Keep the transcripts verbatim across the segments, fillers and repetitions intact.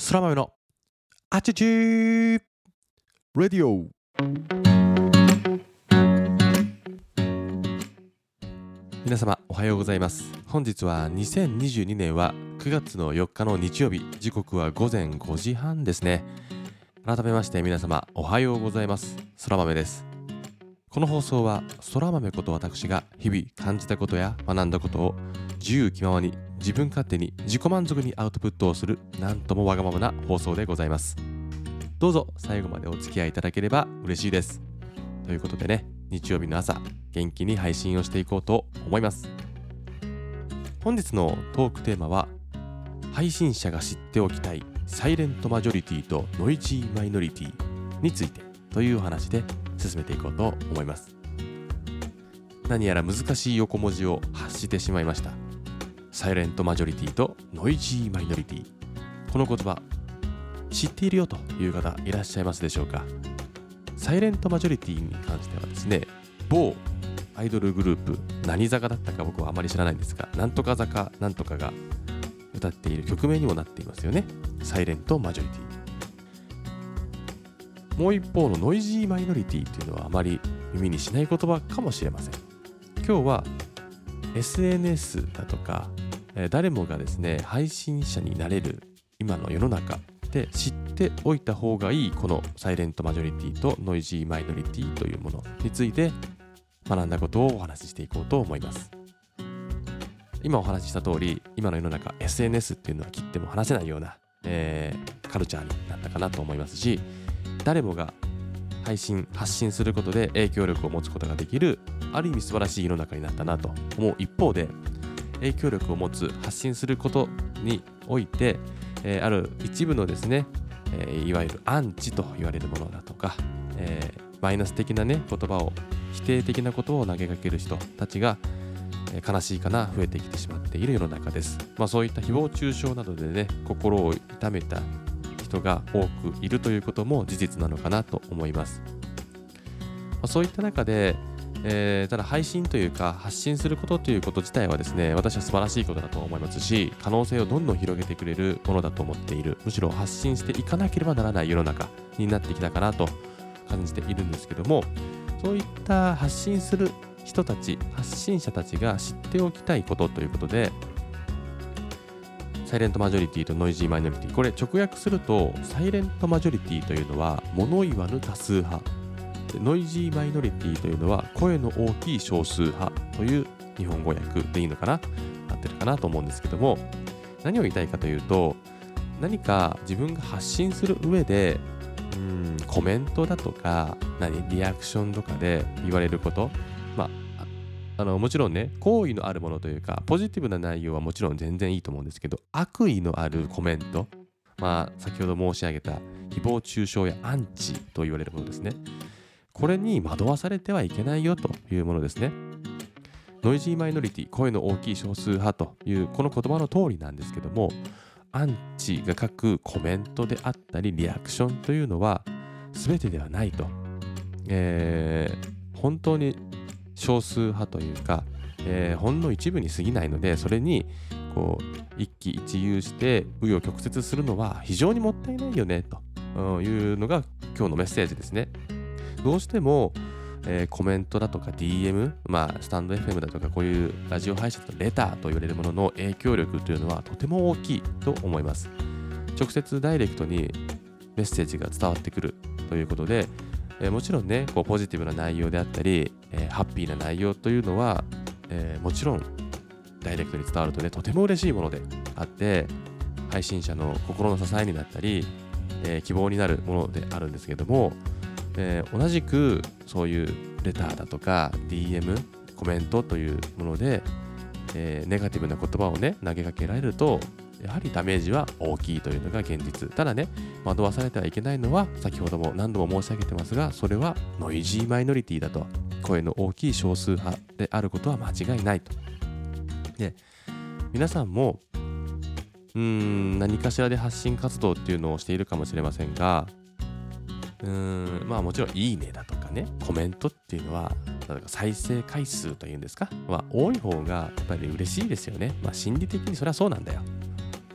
空豆のあちちーレディオ。皆様おはようございます。本日はにせんにじゅうにねんはくがつのよっかの日曜日、時刻はごぜんごじはんですね。改めまして皆様おはようございます。空豆です。この放送は空豆こと私が日々感じたことや学んだことを自由気ままに自分勝手に自己満足にアウトプットをする、なんともわがままな放送でございます。どうぞ最後までお付き合いいただければ嬉しいです。ということでね、日曜日の朝元気に配信をしていこうと思います。本日のトークテーマは、配信者が知っておきたいサイレントマジョリティとノイジーマイノリティについてというお話で進めていこうと思います。何やら難しい横文字を発してしまいました。サイレントマジョリティとノイジーマイノリティ、この言葉知っているよという方いらっしゃいますでしょうか。サイレントマジョリティに関してはですね、某アイドルグループ、何坂だったか僕はあまり知らないんですが、なんとか坂なんとかが歌っている曲名にもなっていますよね。サイレントマジョリティ。もう一方のノイジーマイノリティというのはあまり耳にしない言葉かもしれません。今日は エスエヌエス だとか、えー、誰もがですね配信者になれる今の世の中で知っておいた方がいいこのサイレントマジョリティとノイジーマイノリティというものについて学んだことをお話ししていこうと思います。今お話しした通り、今の世の中 エスエヌエス っていうのは切っても話せないような、えー、カルチャーになったかなと思いますし、誰もが配信発信することで影響力を持つことができる、ある意味素晴らしい世の中になったなと思う一方で、影響力を持つ発信することにおいて、えー、ある一部のですね、えー、いわゆるアンチと言われるものだとか、えー、マイナス的なね言葉を、否定的なことを投げかける人たちが、えー、悲しいかな増えてきてしまっている世の中です。まあそういった誹謗中傷などでね心を痛めた人が多くいるということも事実なのかなと思います。まあ、そういった中で、えー、ただ配信というか発信することということ自体はですね、私は素晴らしいことだと思いますし、可能性をどんどん広げてくれるものだと思っている、むしろ発信していかなければならない世の中になってきたかなと感じているんですけども、そういった発信する人たち、発信者たちが知っておきたいことということで、サイレントマジョリティとノイジーマイノリティ、これ直訳すると、サイレントマジョリティというのは物言わぬ多数派、ノイジーマイノリティというのは声の大きい少数派という日本語訳でいいのかな、合ってるかなと思うんですけども、何を言いたいかというと、何か自分が発信する上でうーんコメントだとか何リアクションとかで言われること、まああのもちろんね、好意のあるものというかポジティブな内容はもちろん全然いいと思うんですけど、悪意のあるコメント、まあ先ほど申し上げた誹謗中傷やアンチと言われるものですね。これに惑わされてはいけないよというものですね。ノイジーマイノリティ、声の大きい少数派というこの言葉の通りなんですけども、アンチが書くコメントであったりリアクションというのは全てではないと、えー、本当に少数派というか、えー、ほんの一部に過ぎないので、それにこう一喜一憂して紆余曲折するのは非常にもったいないよねというのが今日のメッセージですね。どうしても、えー、コメントだとか ディーエム、まあスタンド エフエム だとかこういうラジオ配信とレターと言われるものの影響力というのはとても大きいと思います。直接ダイレクトにメッセージが伝わってくるということで、えー、もちろんねこうポジティブな内容であったり、えー、ハッピーな内容というのは、えー、もちろんダイレクトに伝わるとねとても嬉しいものであって、配信者の心の支えになったり、えー、希望になるものであるんですけども、えー、同じくそういうレターだとか ディーエム コメントというもので、えー、ネガティブな言葉をね投げかけられると、やはりダメージは大きいというのが現実。ただね、惑わされてはいけないのは先ほども何度も申し上げてますが、それはノイジーマイノリティだと、声の大きい少数派であることは間違いないと。で、皆さんもうーん何かしらで発信活動っていうのをしているかもしれませんが、うーんまあもちろんいいねだとかねコメントっていうのはなんか再生回数というんですかは多い方がやっぱり嬉しいですよね。まあ心理的にそれはそうなんだよ。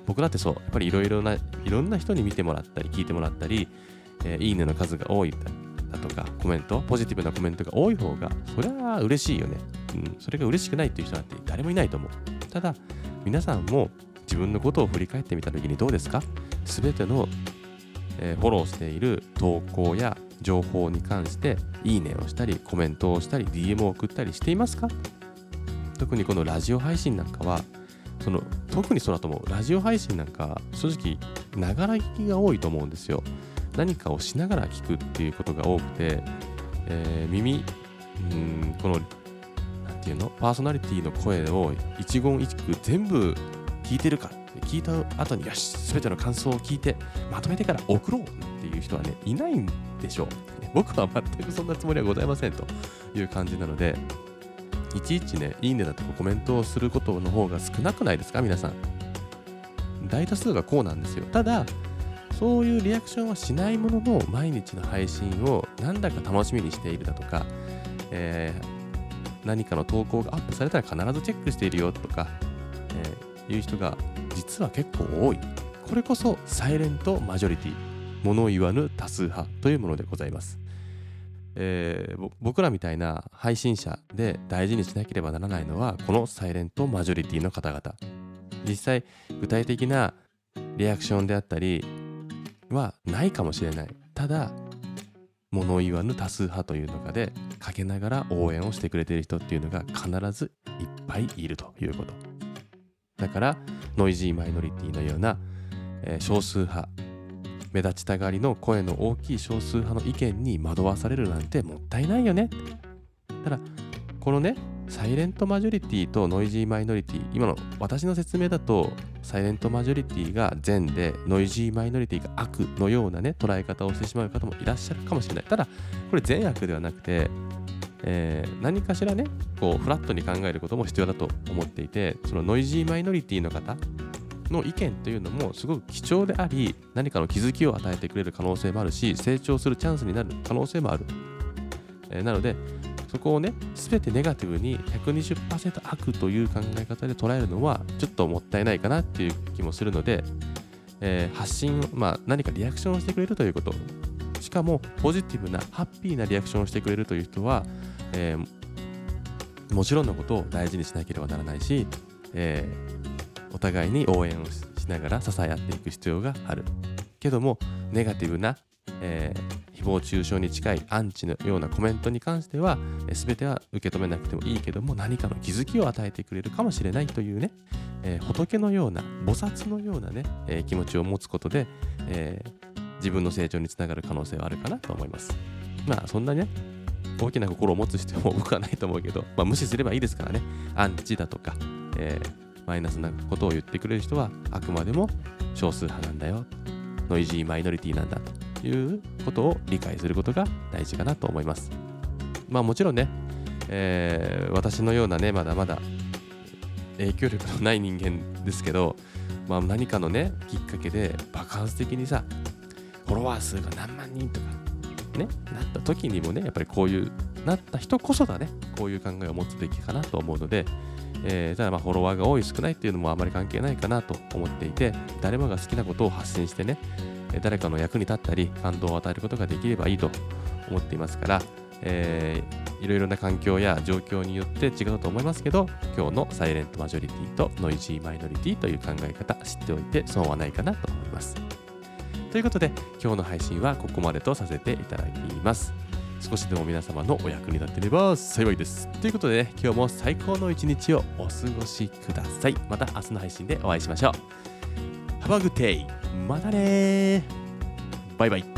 僕だってそうやっぱりいろいろないろんな人に見てもらったり聞いてもらったり、えー、いいねの数が多いだとかコメントポジティブなコメントが多い方がそれは嬉しいよね、うん、それが嬉しくないっていう人なんて誰もいないと思う。ただ皆さんも自分のことを振り返ってみたときにどうですか？すべての、えー、フォローしている投稿や情報に関していいねをしたりコメントをしたり ディーエム を送ったりしていますか？特にこのラジオ配信なんかはその特にそうだと思う。ラジオ配信なんか正直ながら聞きが多いと思うんですよ。何かをしながら聞くっていうことが多くて、えー、耳うーんこのなんていうのパーソナリティの声を一言一句全部聞いてるか聞いた後によし全ての感想を聞いてまとめてから送ろうっていう人はねいないんでしょう。僕は全くそんなつもりはございませんという感じなので、いちいちねいいねだとかコメントをすることの方が少なくないですか？皆さん大多数がこうなんですよ。ただそういうリアクションはしないものの毎日の配信をなんだか楽しみにしているだとか、えー、何かの投稿がアップされたら必ずチェックしているよとか、えー、いう人が実は結構多い。これこそサイレントマジョリティ、物言わぬ多数派というものでございます。えー、僕らみたいな配信者で大事にしなければならないのはこのサイレントマジョリティの方々。実際具体的なリアクションであったりはないかもしれない。ただ物言わぬ多数派という中でかけながら応援をしてくれている人っていうのが必ずいっぱいいるということ。だからノイジーマイノリティのような、えー、少数派、目立ちたがりの声の大きい少数派の意見に惑わされるなんてもったいないよね。ただこのねサイレントマジョリティとノイジーマイノリティ、今の私の説明だとサイレントマジョリティが善でノイジーマイノリティが悪のようなね捉え方をしてしまう方もいらっしゃるかもしれない。ただこれ善悪ではなくて、えー、何かしらねこうフラットに考えることも必要だと思っていて、そのノイジーマイノリティの方の意見というのもすごく貴重であり、何かの気づきを与えてくれる可能性もあるし、成長するチャンスになる可能性もある、えー、なのでそこをね全てネガティブに ひゃくにじゅっパーセント 悪という考え方で捉えるのはちょっともったいないかなっていう気もするので、えー、発信、まあ、何かリアクションをしてくれるということ、しかもポジティブなハッピーなリアクションをしてくれるという人は、えー、もちろんのことを大事にしなければならないし、えー、お互いに応援をしながら支え合っていく必要があるけども、ネガティブな、えー誹謗中傷に近いアンチのようなコメントに関しては全ては受け止めなくてもいいけども、何かの気づきを与えてくれるかもしれないというね、えー、仏のような菩薩のようなね、えー、気持ちを持つことで、えー、自分の成長につながる可能性はあるかなと思います。まあそんなね大きな心を持つ必要も僕はないと思うけど、まあ、無視すればいいですからね。アンチだとか、えー、マイナスなことを言ってくれる人はあくまでも少数派なんだよ、ノイジーマイノリティなんだということを理解することが大事かなと思います。まあもちろんね、えー、私のようなねまだまだ影響力のない人間ですけど、まあ、何かのねきっかけで爆発的にさフォロワー数が何万人とかねなった時にもねやっぱりこういうなった人こそがねこういう考えを持つべきかなと思うので、えー、ただまあフォロワーが多い少ないっていうのもあまり関係ないかなと思っていて、誰もが好きなことを発信してね誰かの役に立ったり感動を与えることができればいいと思っていますから、えー、いろいろな環境や状況によって違うと思いますけど、今日のサイレントマジョリティとノイジーマイノリティという考え方知っておいて損はないかなと思います。ということで今日の配信はここまでとさせていただきます。少しでも皆様のお役に立てれば幸いです。ということで、ね、今日も最高の一日をお過ごしください。また明日の配信でお会いしましょう。Have a good day。またねー。バイバイ。